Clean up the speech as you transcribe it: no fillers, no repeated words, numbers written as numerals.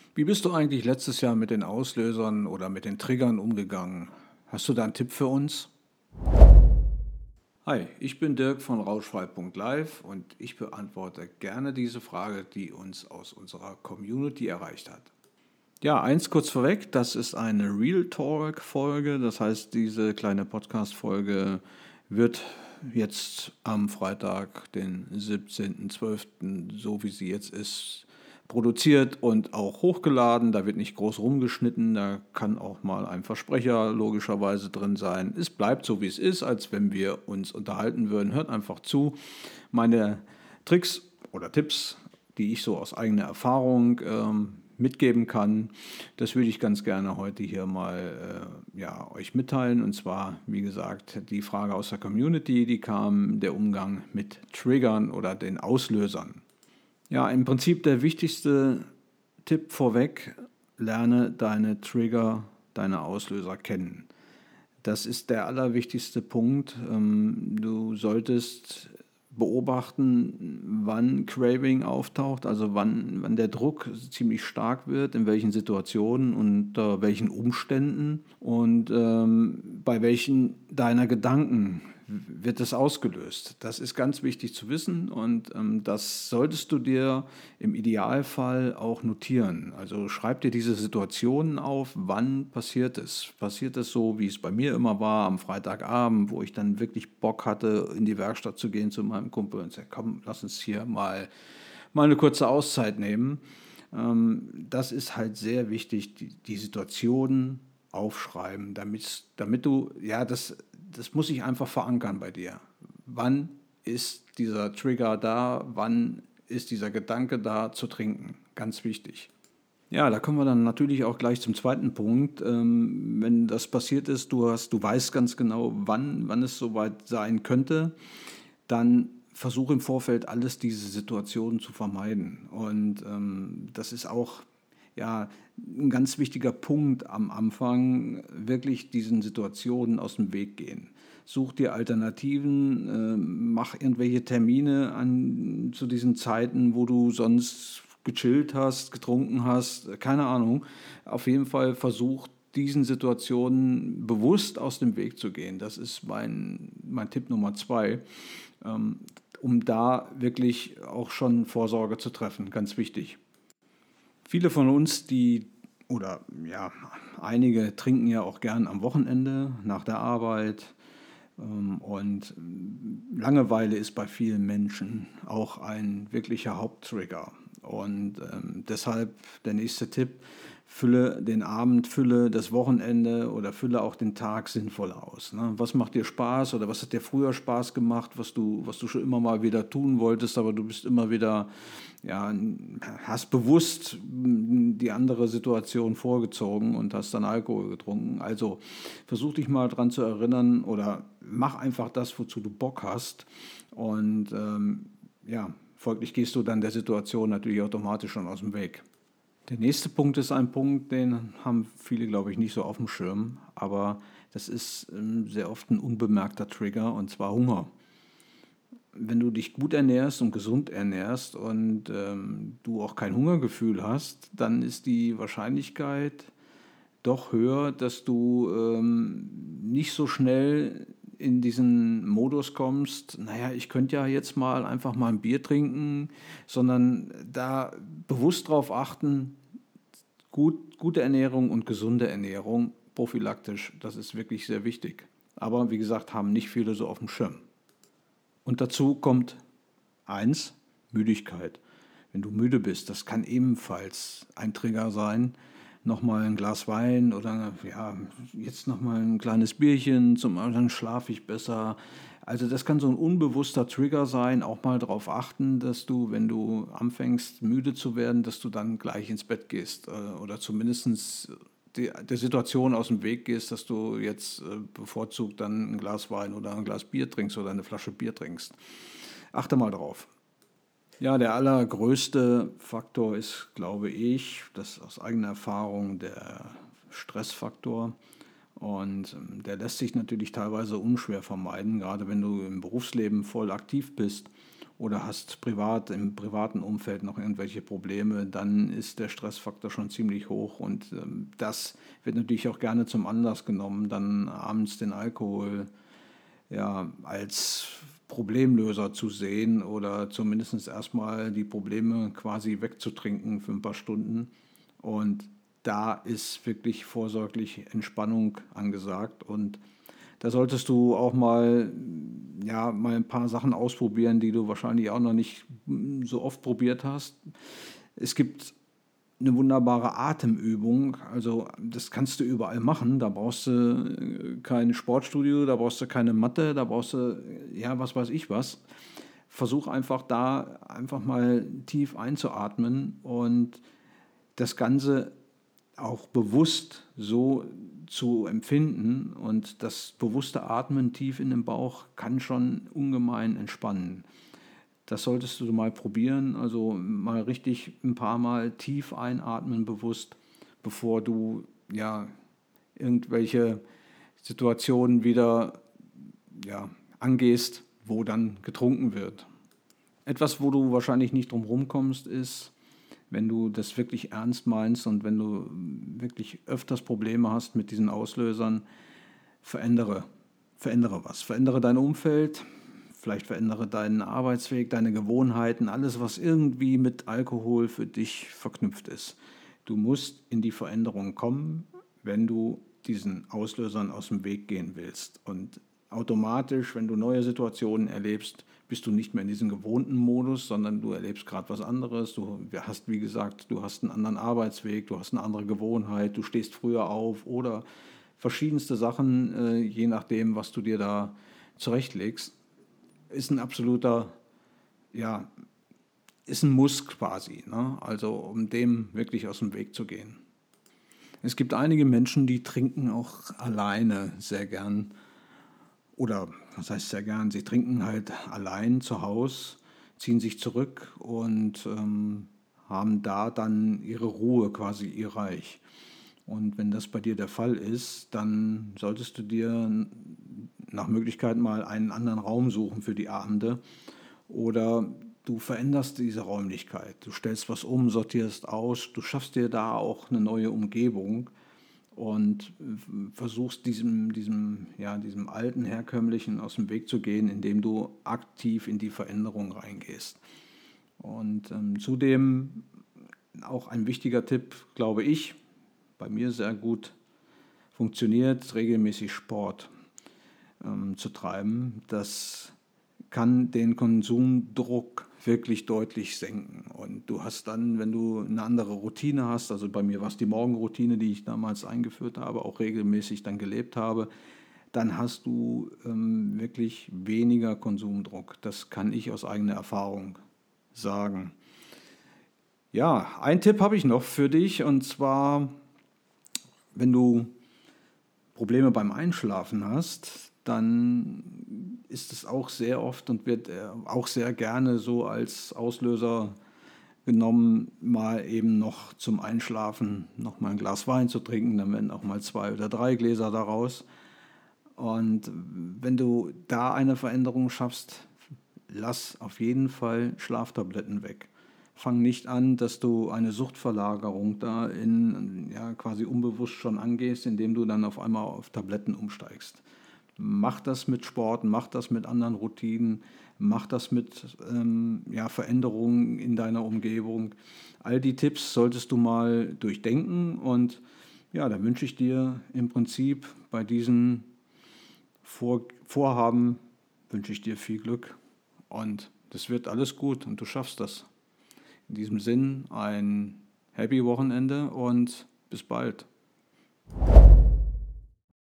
Wie bist du eigentlich letztes Jahr mit den Auslösern oder mit den Triggern umgegangen? Hast du da einen Tipp für uns? Hi, ich bin Dirk von Rauschfrei.live und ich beantworte gerne diese Frage, die uns aus unserer Community erreicht hat. Ja, eins kurz vorweg, das ist eine Real Talk-Folge, das heißt, diese kleine Podcast-Folge wird jetzt am Freitag, den 17.12., so wie sie jetzt ist, produziert und auch hochgeladen. Da wird nicht groß rumgeschnitten, da kann auch mal ein Versprecher logischerweise drin sein. Es bleibt so, wie es ist, als wenn wir uns unterhalten würden. Hört einfach zu. Meine Tricks oder Tipps, die ich so aus eigener Erfahrung mitgeben kann, das würde ich ganz gerne heute hier mal euch mitteilen. Und zwar, wie gesagt, die Frage aus der Community, die kam, der Umgang mit Triggern oder den Auslösern. Ja, im Prinzip der wichtigste Tipp vorweg: lerne deine Trigger, deine Auslöser kennen. Das ist der allerwichtigste Punkt. Du solltest beobachten, wann Craving auftaucht, also wann der Druck ziemlich stark wird, in welchen Situationen, unter welchen Umständen und bei welchen deiner Gedanken wird es ausgelöst. Das ist ganz wichtig zu wissen und das solltest du dir im Idealfall auch notieren. Also schreib dir diese Situationen auf, wann passiert es. Passiert es so, wie es bei mir immer war, am Freitagabend, wo ich dann wirklich Bock hatte, in die Werkstatt zu gehen zu meinem Kumpel und sagen, komm, lass uns hier mal eine kurze Auszeit nehmen. Das ist halt sehr wichtig, die Situationen aufschreiben, damit du, ja, das muss sich einfach verankern bei dir. Wann ist dieser Trigger da? Wann ist dieser Gedanke da zu trinken? Ganz wichtig. Ja, da kommen wir dann natürlich auch gleich zum zweiten Punkt. Wenn das passiert ist, du weißt ganz genau, wann es soweit sein könnte, dann versuche im Vorfeld alles diese Situationen zu vermeiden. Und das ist auch ja, ein ganz wichtiger Punkt am Anfang, wirklich diesen Situationen aus dem Weg gehen. Such dir Alternativen, mach irgendwelche Termine zu diesen Zeiten, wo du sonst gechillt hast, getrunken hast, keine Ahnung. Auf jeden Fall versuch diesen Situationen bewusst aus dem Weg zu gehen. Das ist mein Tipp Nummer 2, um da wirklich auch schon Vorsorge zu treffen. Ganz wichtig. Viele von uns, oder ja, einige trinken ja auch gern am Wochenende nach der Arbeit. Und Langeweile ist bei vielen Menschen auch ein wirklicher Haupttrigger. Und deshalb der nächste Tipp: Fülle den Abend, fülle das Wochenende oder fülle auch den Tag sinnvoll aus. Ne? Was macht dir Spaß oder was hat dir früher Spaß gemacht, was du schon immer mal wieder tun wolltest, aber du bist immer wieder, ja, hast bewusst die andere Situation vorgezogen und hast dann Alkohol getrunken. Also versuch dich mal dran zu erinnern oder mach einfach das, wozu du Bock hast. Und folglich gehst du dann der Situation natürlich automatisch schon aus dem Weg. Der nächste Punkt ist ein Punkt, den haben viele, glaube ich, nicht so auf dem Schirm, aber das ist sehr oft ein unbemerkter Trigger, und zwar Hunger. Wenn du dich gut ernährst und gesund ernährst und du auch kein Hungergefühl hast, dann ist die Wahrscheinlichkeit doch höher, dass du nicht so schnell in diesen Modus kommst, naja, ich könnte ja jetzt mal einfach mal ein Bier trinken, sondern da bewusst darauf achten, gute Ernährung und gesunde Ernährung prophylaktisch, das ist wirklich sehr wichtig. Aber wie gesagt, haben nicht viele so auf dem Schirm. Und dazu kommt eins: Müdigkeit. Wenn du müde bist, das kann ebenfalls ein Trigger sein. Nochmal ein Glas Wein oder ja, jetzt nochmal ein kleines Bierchen, dann schlafe ich besser. Also das kann so ein unbewusster Trigger sein. Auch mal darauf achten, dass du, wenn du anfängst müde zu werden, dass du dann gleich ins Bett gehst oder zumindest der Situation aus dem Weg gehst, dass du jetzt bevorzugt dann ein Glas Wein oder ein Glas Bier trinkst oder eine Flasche Bier trinkst. Achte mal drauf. Ja, der allergrößte Faktor ist, glaube ich, das aus eigener Erfahrung, der Stressfaktor. Und der lässt sich natürlich teilweise unschwer vermeiden, gerade wenn du im Berufsleben voll aktiv bist oder hast im privaten Umfeld noch irgendwelche Probleme, dann ist der Stressfaktor schon ziemlich hoch und das wird natürlich auch gerne zum Anlass genommen, dann abends den Alkohol ja, als Problemlöser zu sehen oder zumindest erstmal die Probleme quasi wegzutrinken für ein paar Stunden. Und da ist wirklich vorsorglich Entspannung angesagt. Und da solltest du auch mal, ja, mal ein paar Sachen ausprobieren, die du wahrscheinlich auch noch nicht so oft probiert hast. Es gibt eine wunderbare Atemübung. Also das kannst du überall machen. Da brauchst du kein Sportstudio, da brauchst du keine Matte, da brauchst du, ja, was weiß ich was. Versuch einfach da einfach mal tief einzuatmen und das Ganze auch bewusst so zu empfinden. Und das bewusste Atmen tief in den Bauch kann schon ungemein entspannen. Das solltest du mal probieren, also mal richtig ein paar Mal tief einatmen bewusst, bevor du ja irgendwelche Situationen wieder ja, angehst, wo dann getrunken wird. Etwas, wo du wahrscheinlich nicht drum rumkommst, ist, wenn du das wirklich ernst meinst und wenn du wirklich öfters Probleme hast mit diesen Auslösern, verändere was. Verändere dein Umfeld, vielleicht verändere deinen Arbeitsweg, deine Gewohnheiten, alles, was irgendwie mit Alkohol für dich verknüpft ist. Du musst in die Veränderung kommen, wenn du diesen Auslösern aus dem Weg gehen willst. Und automatisch, wenn du neue Situationen erlebst, bist du nicht mehr in diesem gewohnten Modus, sondern du erlebst gerade was anderes. Du hast, wie gesagt, du hast einen anderen Arbeitsweg, du hast eine andere Gewohnheit, du stehst früher auf oder verschiedenste Sachen, je nachdem, was du dir da zurechtlegst. Ist ein absoluter, ja, ist ein Muss quasi, ne? Also um dem wirklich aus dem Weg zu gehen. Es gibt einige Menschen, die trinken auch alleine sehr gern. Oder was heißt sehr gern? Sie trinken halt allein zu Hause, ziehen sich zurück und haben da dann ihre Ruhe, quasi ihr Reich. Und wenn das bei dir der Fall ist, dann solltest du dir nach Möglichkeit mal einen anderen Raum suchen für die Abende oder du veränderst diese Räumlichkeit. Du stellst was um, sortierst aus, du schaffst dir da auch eine neue Umgebung und versuchst diesem alten, herkömmlichen aus dem Weg zu gehen, indem du aktiv in die Veränderung reingehst. Und zudem auch ein wichtiger Tipp, glaube ich, bei mir sehr gut funktioniert, regelmäßig Sport zu treiben. Das kann den Konsumdruck wirklich deutlich senken. Und du hast dann, wenn du eine andere Routine hast, also bei mir war es die Morgenroutine, die ich damals eingeführt habe, auch regelmäßig dann gelebt habe, dann hast du wirklich weniger Konsumdruck. Das kann ich aus eigener Erfahrung sagen. Ja, einen Tipp habe ich noch für dich und zwar, wenn du Probleme beim Einschlafen hast, dann ist es auch sehr oft und wird auch sehr gerne so als Auslöser genommen, mal eben noch zum Einschlafen noch mal ein Glas Wein zu trinken, dann werden auch mal 2 oder 3 Gläser daraus. Und wenn du da eine Veränderung schaffst, lass auf jeden Fall Schlaftabletten weg. Fang nicht an, dass du eine Suchtverlagerung da quasi unbewusst schon angehst, indem du dann auf einmal auf Tabletten umsteigst. Mach das mit Sport, mach das mit anderen Routinen, mach das mit Veränderungen in deiner Umgebung. All die Tipps solltest du mal durchdenken und ja, da wünsche ich dir im Prinzip bei diesen Vorhaben, wünsche ich dir viel Glück und das wird alles gut und du schaffst das. In diesem Sinn ein Happy Wochenende und bis bald.